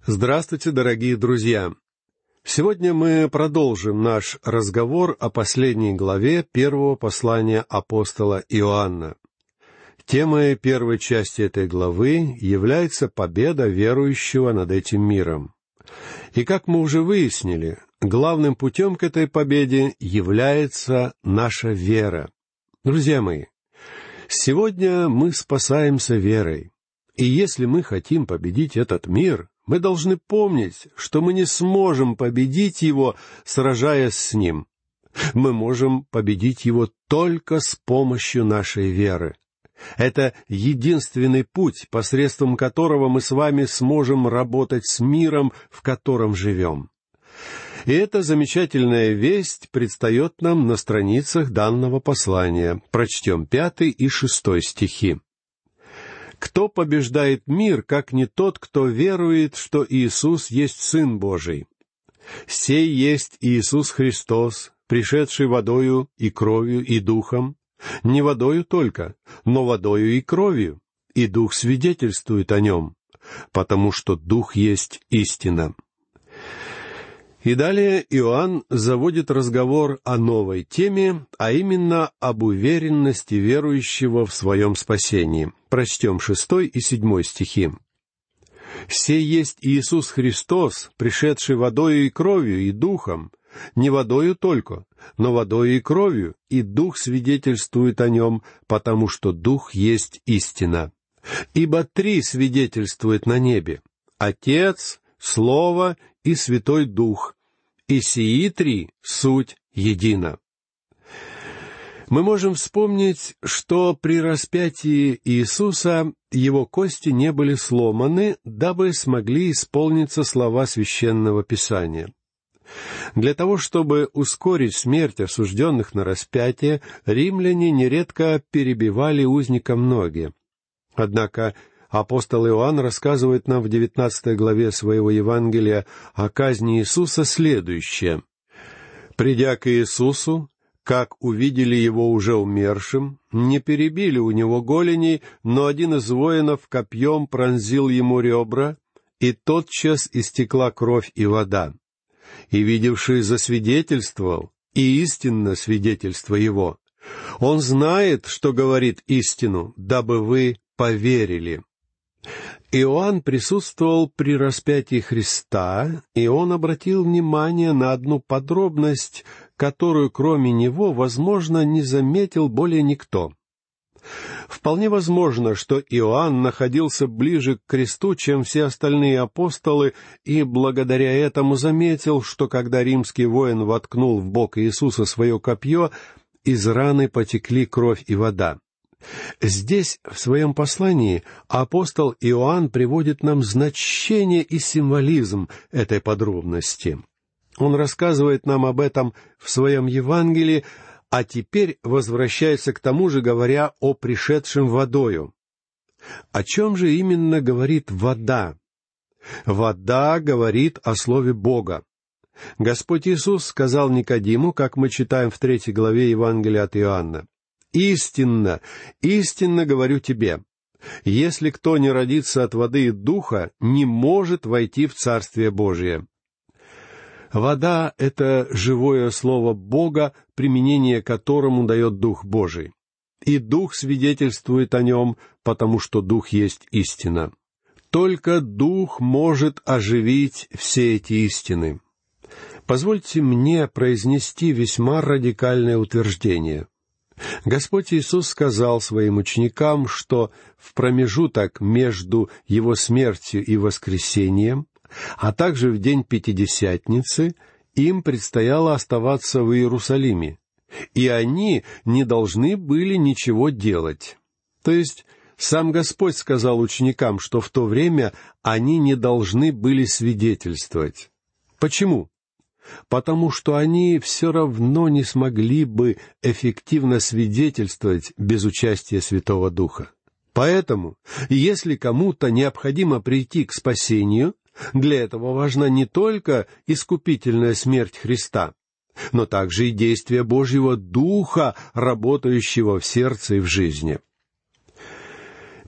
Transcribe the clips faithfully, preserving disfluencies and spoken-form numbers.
Здравствуйте, дорогие друзья! Сегодня мы продолжим наш разговор о последней главе первого послания апостола Иоанна. Темой первой части этой главы является победа верующего над этим миром. И, как мы уже выяснили, главным путем к этой победе является наша вера. Друзья мои, сегодня мы спасаемся верой. И если мы хотим победить этот мир, мы должны помнить, что мы не сможем победить его, сражаясь с ним. Мы можем победить его только с помощью нашей веры. Это единственный путь, посредством которого мы с вами сможем работать с миром, в котором живем. И эта замечательная весть предстает нам на страницах данного послания. Прочтем пятый и шестой стихи. «Кто побеждает мир, как не тот, кто верует, что Иисус есть Сын Божий? Сей есть Иисус Христос, пришедший водою и кровью и духом, не водою только, но водою и кровью, и Дух свидетельствует о нем, потому что Дух есть истина». И далее Иоанн заводит разговор о новой теме, а именно об уверенности верующего в своем спасении. Прочтем шестой и седьмой стихи. «Сей есть Иисус Христос, пришедший водою и кровью и духом, не водою только, но водою и кровью, и Дух свидетельствует о нем, потому что Дух есть истина. Ибо три свидетельствует на небе: Отец, Слово и Святой Дух, и сии три суть едино». Мы можем вспомнить, что при распятии Иисуса его кости не были сломаны, дабы смогли исполниться слова Священного Писания. Для того, чтобы ускорить смерть осужденных на распятие, римляне нередко перебивали узникам ноги. Однако апостол Иоанн рассказывает нам в девятнадцатой главе своего Евангелия о казни Иисуса следующее. «Придя к Иисусу, как увидели его уже умершим, не перебили у него голеней, но один из воинов копьем пронзил ему ребра, и тотчас истекла кровь и вода. И видевший засвидетельствовал, и истинно свидетельство его. Он знает, что говорит истину, дабы вы поверили». Иоанн присутствовал при распятии Христа, и он обратил внимание на одну подробность, которую кроме него, возможно, не заметил более никто. Вполне возможно, что Иоанн находился ближе к кресту, чем все остальные апостолы, и благодаря этому заметил, что когда римский воин воткнул в бок Иисуса свое копье, из раны потекли кровь и вода. Здесь, в своем послании, апостол Иоанн приводит нам значение и символизм этой подробности. Он рассказывает нам об этом в своем Евангелии, а теперь возвращается к тому же, говоря о пришедшем водою. О чем же именно говорит вода? Вода говорит о Слове Бога. Господь Иисус сказал Никодиму, как мы читаем в третьей главе Евангелия от Иоанна: «Истинно, истинно говорю тебе, если кто не родится от воды и духа, не может войти в Царствие Божие». Вода — это живое слово Бога, применение которому дает Дух Божий. И Дух свидетельствует о нем, потому что Дух есть истина. Только Дух может оживить все эти истины. Позвольте мне произнести весьма радикальное утверждение. Господь Иисус сказал своим ученикам, что в промежуток между Его смертью и воскресением, а также в день Пятидесятницы, им предстояло оставаться в Иерусалиме, и они не должны были ничего делать. То есть сам Господь сказал ученикам, что в то время они не должны были свидетельствовать. Почему? Потому что они все равно не смогли бы эффективно свидетельствовать без участия Святого Духа. Поэтому, если кому-то необходимо прийти к спасению, для этого важна не только искупительная смерть Христа, но также и действие Божьего Духа, работающего в сердце и в жизни.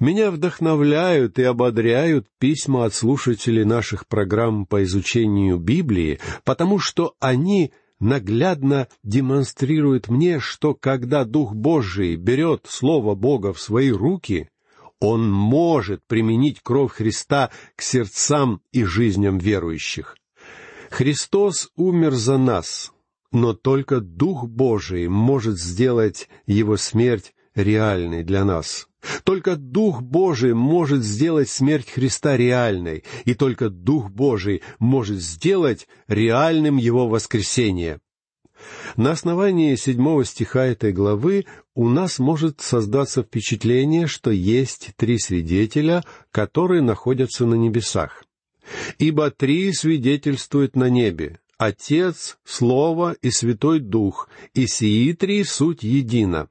Меня вдохновляют и ободряют письма от слушателей наших программ по изучению Библии, потому что они наглядно демонстрируют мне, что когда Дух Божий берет Слово Бога в свои руки, Он может применить кровь Христа к сердцам и жизням верующих. Христос умер за нас, но только Дух Божий может сделать Его смерть реальной для нас. Только Дух Божий может сделать смерть Христа реальной, и только Дух Божий может сделать реальным Его воскресение. На основании седьмого стиха этой главы у нас может создаться впечатление, что есть три свидетеля, которые находятся на небесах. «Ибо три свидетельствуют на небе: Отец, Слово и Святой Дух, и сии три суть едино».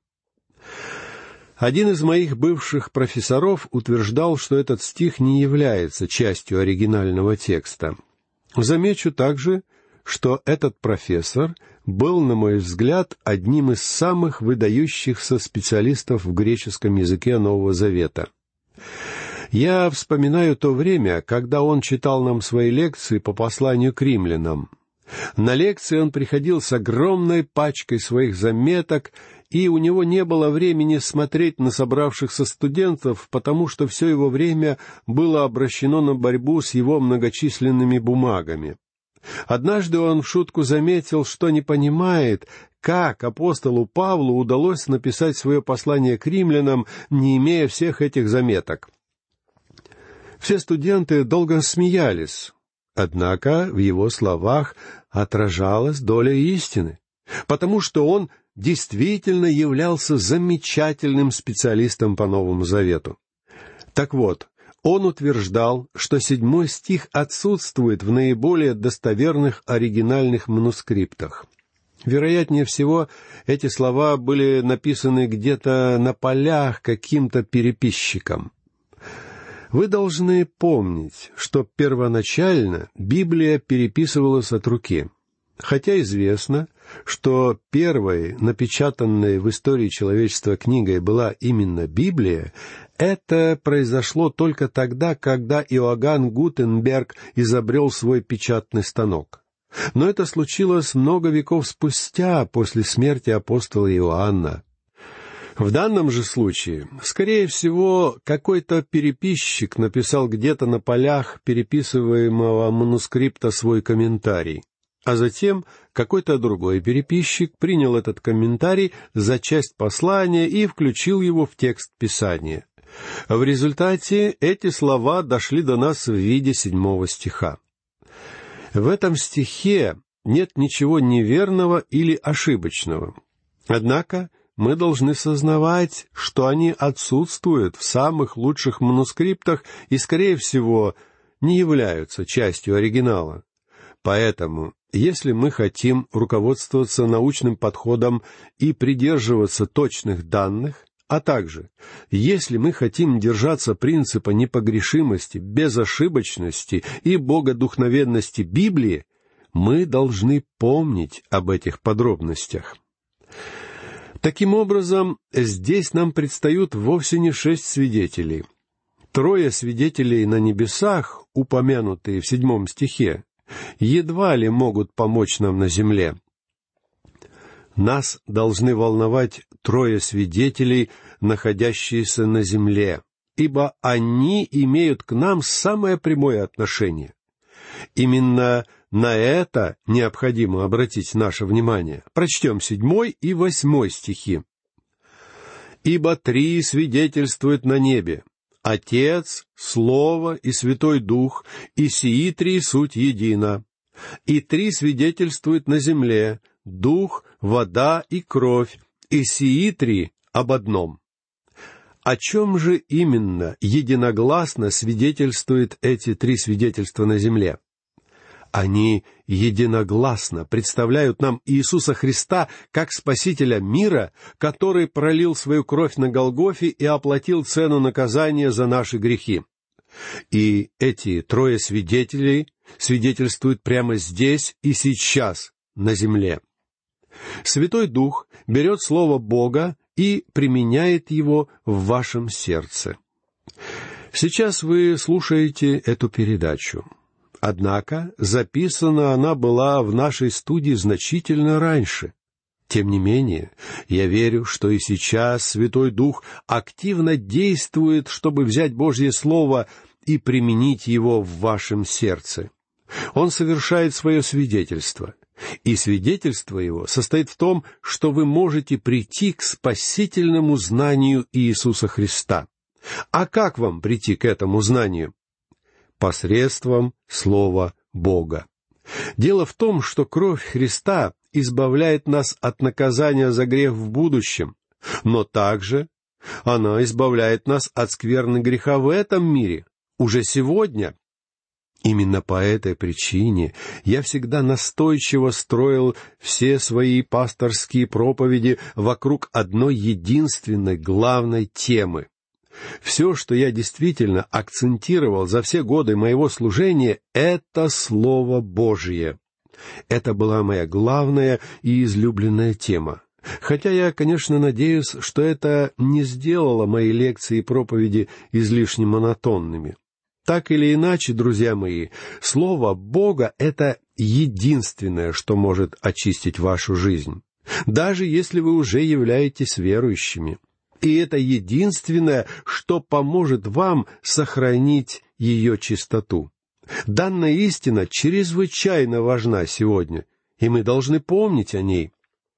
Один из моих бывших профессоров утверждал, что этот стих не является частью оригинального текста. Замечу также, что этот профессор был, на мой взгляд, одним из самых выдающихся специалистов в греческом языке Нового Завета. Я вспоминаю то время, когда он читал нам свои лекции по посланию к римлянам. На лекции он приходил с огромной пачкой своих заметок, и у него не было времени смотреть на собравшихся студентов, потому что все его время было обращено на борьбу с его многочисленными бумагами. Однажды он в шутку заметил, что не понимает, как апостолу Павлу удалось написать свое послание к римлянам, не имея всех этих заметок. Все студенты долго смеялись, однако в его словах отражалась доля истины, потому что он действительно являлся замечательным специалистом по Новому Завету. Так вот, он утверждал, что седьмой стих отсутствует в наиболее достоверных оригинальных манускриптах. Вероятнее всего, эти слова были написаны где-то на полях каким-то переписчиком. Вы должны помнить, что первоначально Библия переписывалась от руки. Хотя известно, что первой напечатанной в истории человечества книгой была именно Библия, это произошло только тогда, когда Иоганн Гутенберг изобрел свой печатный станок. Но это случилось много веков спустя, после смерти апостола Иоанна. В данном же случае, скорее всего, какой-то переписчик написал где-то на полях переписываемого манускрипта свой комментарий, а затем какой-то другой переписчик принял этот комментарий за часть послания и включил его в текст Писания. В результате эти слова дошли до нас в виде седьмого стиха. В этом стихе нет ничего неверного или ошибочного. Однако мы должны сознавать, что они отсутствуют в самых лучших манускриптах и, скорее всего, не являются частью оригинала. Поэтому, если мы хотим руководствоваться научным подходом и придерживаться точных данных, а также, если мы хотим держаться принципа непогрешимости, безошибочности и богодухновенности Библии, мы должны помнить об этих подробностях. Таким образом, здесь нам предстают вовсе не шесть свидетелей. Трое свидетелей на небесах, упомянутые в седьмом стихе, едва ли могут помочь нам на земле. Нас должны волновать трое свидетелей, находящиеся на земле, ибо они имеют к нам самое прямое отношение. Именно на это необходимо обратить наше внимание. Прочтем седьмой и восьмой стихи. «Ибо три свидетельствуют на небе: Отец, Слово и Святой Дух, и сии три суть едино. И три свидетельствуют на земле: Дух, вода и кровь, и сии три об одном». О чем же именно единогласно свидетельствуют эти три свидетельства на земле? Они единогласно представляют нам Иисуса Христа как Спасителя мира, который пролил свою кровь на Голгофе и оплатил цену наказания за наши грехи. И эти трое свидетелей свидетельствуют прямо здесь и сейчас, на земле. Святой Дух берет Слово Бога и применяет его в вашем сердце. Сейчас вы слушаете эту передачу. Однако записана она была в нашей студии значительно раньше. Тем не менее, я верю, что и сейчас Святой Дух активно действует, чтобы взять Божье Слово и применить его в вашем сердце. Он совершает свое свидетельство, и свидетельство его состоит в том, что вы можете прийти к спасительному знанию Иисуса Христа. А как вам прийти к этому знанию? Посредством Слова Бога. Дело в том, что кровь Христа избавляет нас от наказания за грех в будущем, но также она избавляет нас от скверны греха в этом мире, уже сегодня. Именно по этой причине я всегда настойчиво строил все свои пасторские проповеди вокруг одной единственной главной темы. Все, что я действительно акцентировал за все годы моего служения, — это Слово Божие. Это была моя главная и излюбленная тема. Хотя я, конечно, надеюсь, что это не сделало мои лекции и проповеди излишне монотонными. Так или иначе, друзья мои, Слово Бога — это единственное, что может очистить вашу жизнь, даже если вы уже являетесь верующими. И это единственное, что поможет вам сохранить ее чистоту. Данная истина чрезвычайно важна сегодня, и мы должны помнить о ней.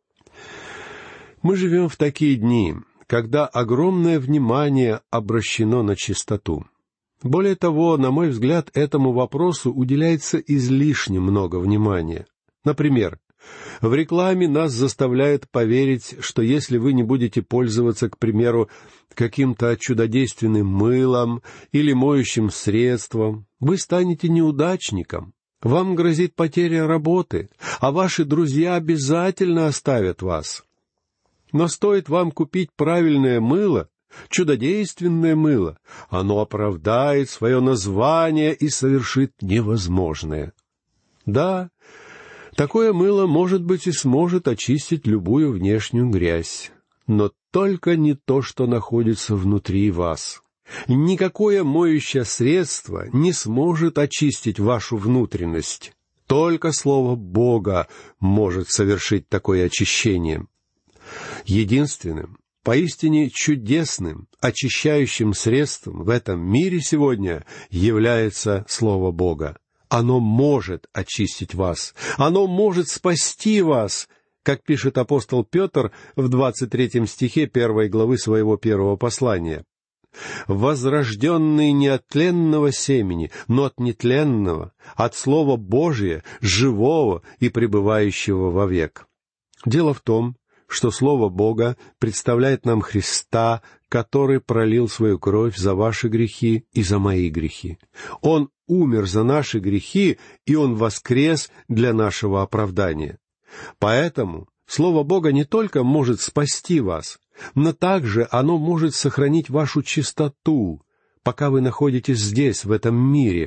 Мы живем в такие дни, когда огромное внимание обращено на чистоту. Более того, на мой взгляд, этому вопросу уделяется излишне много внимания. Например, в рекламе нас заставляют поверить, что если вы не будете пользоваться, к примеру, каким-то чудодейственным мылом или моющим средством, вы станете неудачником. Вам грозит потеря работы, а ваши друзья обязательно оставят вас. Но стоит вам купить правильное мыло, чудодейственное мыло, оно оправдает свое название и совершит невозможное. Да, такое мыло, может быть, и сможет очистить любую внешнюю грязь, но только не то, что находится внутри вас. Никакое моющее средство не сможет очистить вашу внутренность. Только Слово Бога может совершить такое очищение. Единственным, поистине чудесным, очищающим средством в этом мире сегодня является Слово Бога. Оно может очистить вас, оно может спасти вас, как пишет апостол Петр в двадцать третьем стихе первой главы своего первого послания. «Возрожденные не от тленного семени, но от нетленного, от Слова Божия, живого и пребывающего вовек». Дело в том, что Слово Бога представляет нам Христа, который пролил свою кровь за ваши грехи и за мои грехи. Он умер за наши грехи, и Он воскрес для нашего оправдания. Поэтому Слово Бога не только может спасти вас, но также оно может сохранить вашу чистоту, пока вы находитесь здесь, в этом мире.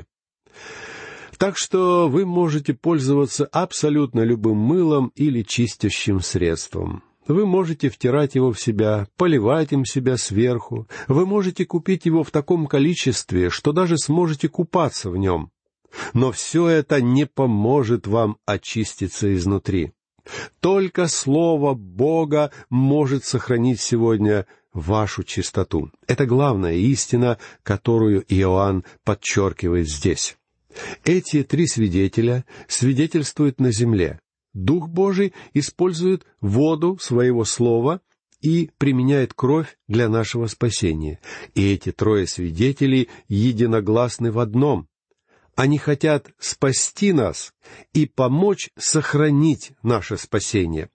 Так что вы можете пользоваться абсолютно любым мылом или чистящим средством. Вы можете втирать его в себя, поливать им себя сверху. Вы можете купить его в таком количестве, что даже сможете купаться в нем. Но все это не поможет вам очиститься изнутри. Только Слово Бога может сохранить сегодня вашу чистоту. Это главная истина, которую Иоанн подчеркивает здесь. Эти три свидетеля свидетельствуют на земле. Дух Божий использует воду своего слова и применяет кровь для нашего спасения. И эти трое свидетелей единогласны в одном. Они хотят спасти нас и помочь сохранить наше спасение.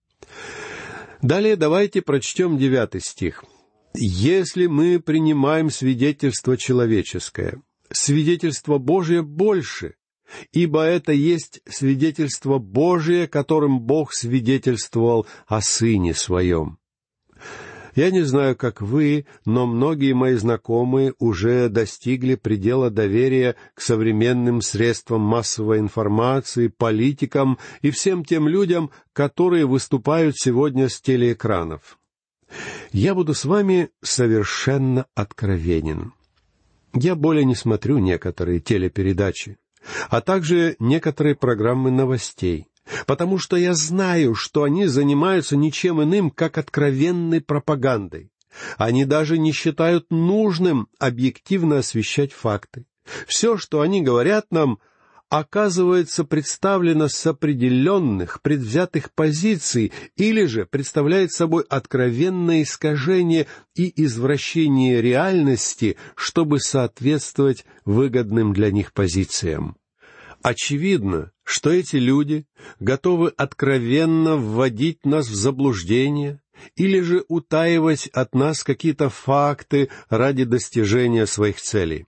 Далее давайте прочтем девятый стих. «Если мы принимаем свидетельство человеческое, свидетельство Божие больше, ибо это есть свидетельство Божие, которым Бог свидетельствовал о Сыне Своем». Я не знаю, как вы, но многие мои знакомые уже достигли предела доверия к современным средствам массовой информации, политикам и всем тем людям, которые выступают сегодня с телеэкранов. Я буду с вами совершенно откровенен. Я более не смотрю некоторые телепередачи, а также некоторые программы новостей, потому что я знаю, что они занимаются ничем иным, как откровенной пропагандой. Они даже не считают нужным объективно освещать факты. Все, что они говорят нам, оказывается представлено с определенных предвзятых позиций или же представляет собой откровенное искажение и извращение реальности, чтобы соответствовать выгодным для них позициям. Очевидно, что эти люди готовы откровенно вводить нас в заблуждение или же утаивать от нас какие-то факты ради достижения своих целей.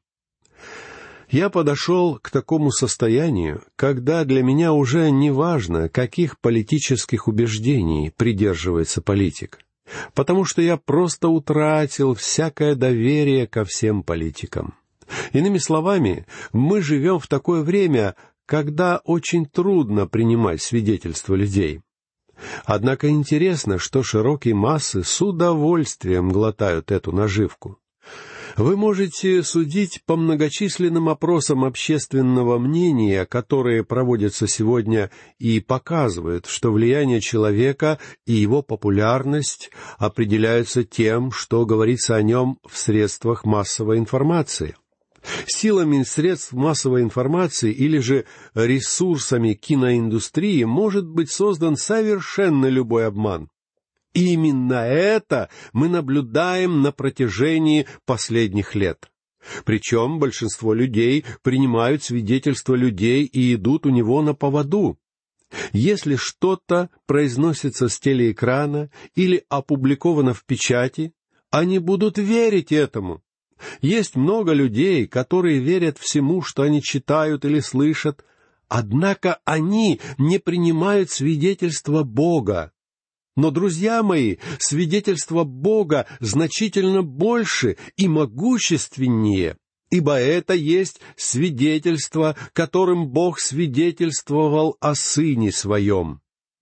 Я подошел к такому состоянию, когда для меня уже не важно, каких политических убеждений придерживается политик, потому что я просто утратил всякое доверие ко всем политикам. Иными словами, мы живем в такое время, когда очень трудно принимать свидетельства людей. Однако интересно, что широкие массы с удовольствием глотают эту наживку. Вы можете судить по многочисленным опросам общественного мнения, которые проводятся сегодня и показывают, что влияние человека и его популярность определяются тем, что говорится о нем в средствах массовой информации. Силами средств массовой информации или же ресурсами киноиндустрии может быть создан совершенно любой обман. И именно это мы наблюдаем на протяжении последних лет. Причем большинство людей принимают свидетельства людей и идут у него на поводу. Если что-то произносится с телеэкрана или опубликовано в печати, они будут верить этому. Есть много людей, которые верят всему, что они читают или слышат, однако они не принимают свидетельства Бога. Но, друзья мои, свидетельство Бога значительно больше и могущественнее, ибо это есть свидетельство, которым Бог свидетельствовал о Сыне Своем.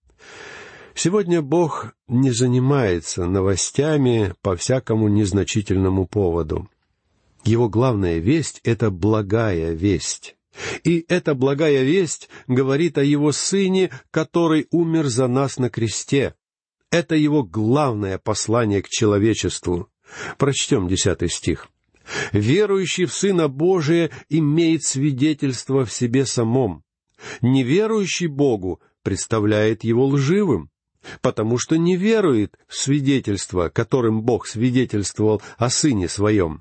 Сегодня Бог не занимается новостями по всякому незначительному поводу. Его главная весть — это благая весть. И эта благая весть говорит о Его Сыне, который умер за нас на кресте. Это Его главное послание к человечеству. Прочтем десятый стих. «Верующий в Сына Божия имеет свидетельство в себе самом. Неверующий Богу представляет Его лживым, потому что не верует в свидетельство, которым Бог свидетельствовал о Сыне Своем».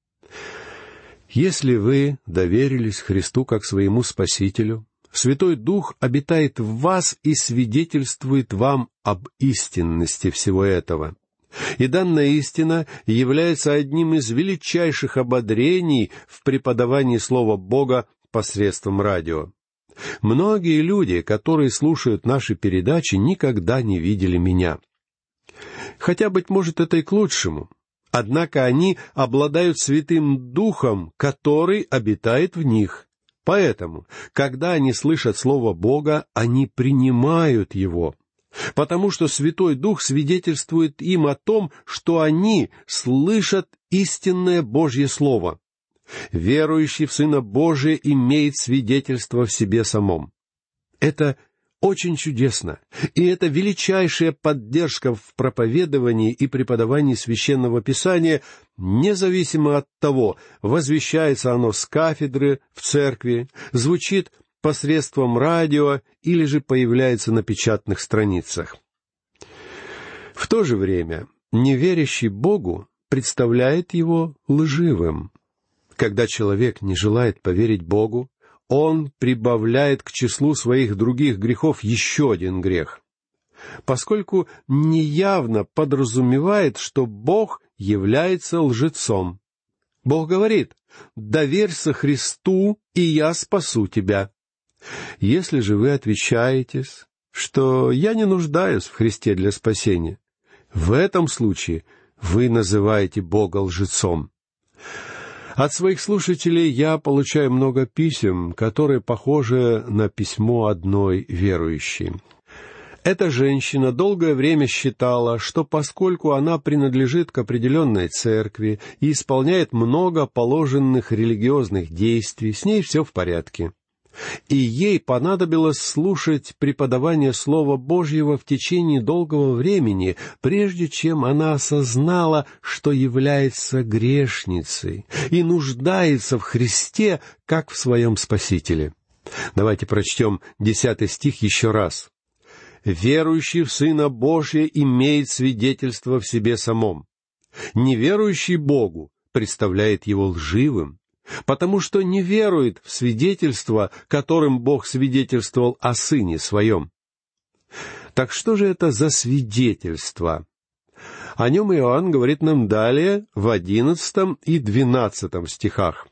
Если вы доверились Христу как своему Спасителю, Святой Дух обитает в вас и свидетельствует вам об истинности всего этого. И данная истина является одним из величайших ободрений в преподавании Слова Бога посредством радио. Многие люди, которые слушают наши передачи, никогда не видели меня. Хотя, быть может, это и к лучшему. Однако они обладают Святым Духом, который обитает в них. Поэтому, когда они слышат Слово Бога, они принимают его, потому что Святой Дух свидетельствует им о том, что они слышат истинное Божье Слово. Верующий в Сына Божия имеет свидетельство в себе самом. Это очень чудесно, и это величайшая поддержка в проповедовании и преподавании Священного Писания, независимо от того, возвещается оно с кафедры в церкви, звучит посредством радио или же появляется на печатных страницах. В то же время неверящий Богу представляет его лживым. Когда человек не желает поверить Богу, он прибавляет к числу своих других грехов еще один грех, поскольку неявно подразумевает, что Бог является лжецом. Бог говорит: «Доверься Христу, и я спасу тебя». Если же вы отвечаете, что «я не нуждаюсь в Христе для спасения», в этом случае вы называете Бога лжецом. От своих слушателей я получаю много писем, которые похожи на письмо одной верующей. Эта женщина долгое время считала, что поскольку она принадлежит к определенной церкви и исполняет много положенных религиозных действий, с ней все в порядке. И ей понадобилось слушать преподавание Слова Божьего в течение долгого времени, прежде чем она осознала, что является грешницей и нуждается в Христе, как в своем Спасителе. Давайте прочтем десятый стих еще раз. «Верующий в Сына Божия имеет свидетельство в себе самом. Неверующий Богу представляет его лживым, потому что не верует в свидетельство, которым Бог свидетельствовал о Сыне Своем». Так что же это за свидетельство? О нем Иоанн говорит нам далее в одиннадцатом и двенадцатом стихах.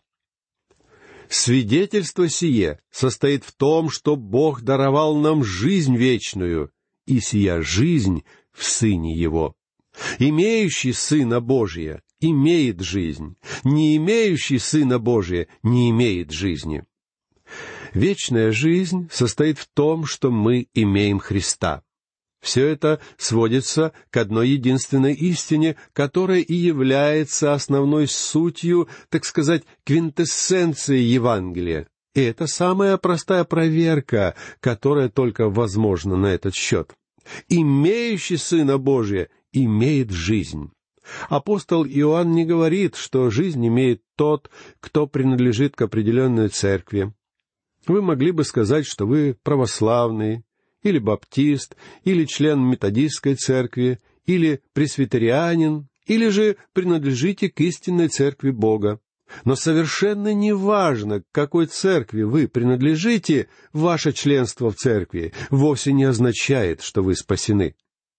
«Свидетельство сие состоит в том, что Бог даровал нам жизнь вечную, и сия жизнь в Сыне Его. Имеющий Сына Божия имеет жизнь, не имеющий Сына Божия не имеет жизни». Вечная жизнь состоит в том, что мы имеем Христа. Все это сводится к одной единственной истине, которая и является основной сутью, так сказать, квинтэссенцией Евангелия. И это самая простая проверка, которая только возможна на этот счет. Имеющий Сына Божия имеет жизнь. Апостол Иоанн не говорит, что жизнь имеет тот, кто принадлежит к определенной церкви. Вы могли бы сказать, что вы православный, или баптист, или член методистской церкви, или пресвитерианин, или же принадлежите к истинной церкви Бога. Но совершенно не важно, к какой церкви вы принадлежите, ваше членство в церкви вовсе не означает, что вы спасены.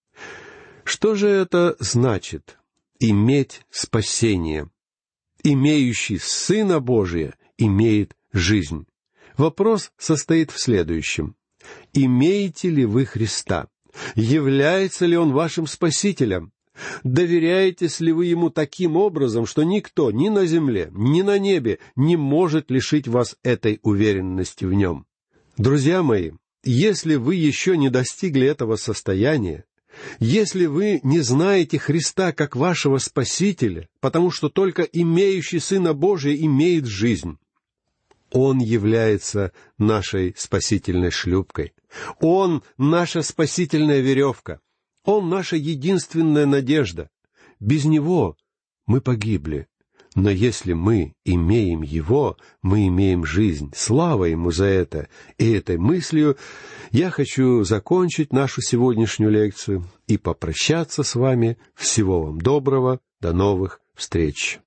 Что же это значит — иметь спасение? Имеющий Сына Божия имеет жизнь. Вопрос состоит в следующем. Имеете ли вы Христа? Является ли Он вашим Спасителем? Доверяетесь ли вы Ему таким образом, что никто ни на земле, ни на небе не может лишить вас этой уверенности в Нем? Друзья мои, если вы еще не достигли этого состояния, если вы не знаете Христа как вашего Спасителя, потому что только имеющий Сына Божия имеет жизнь, Он является нашей спасительной шлюпкой. Он — наша спасительная веревка. Он — наша единственная надежда. Без Него мы погибли. Но если мы имеем Его, мы имеем жизнь. Слава Ему за это. И этой мыслью я хочу закончить нашу сегодняшнюю лекцию и попрощаться с вами. Всего вам доброго. До новых встреч.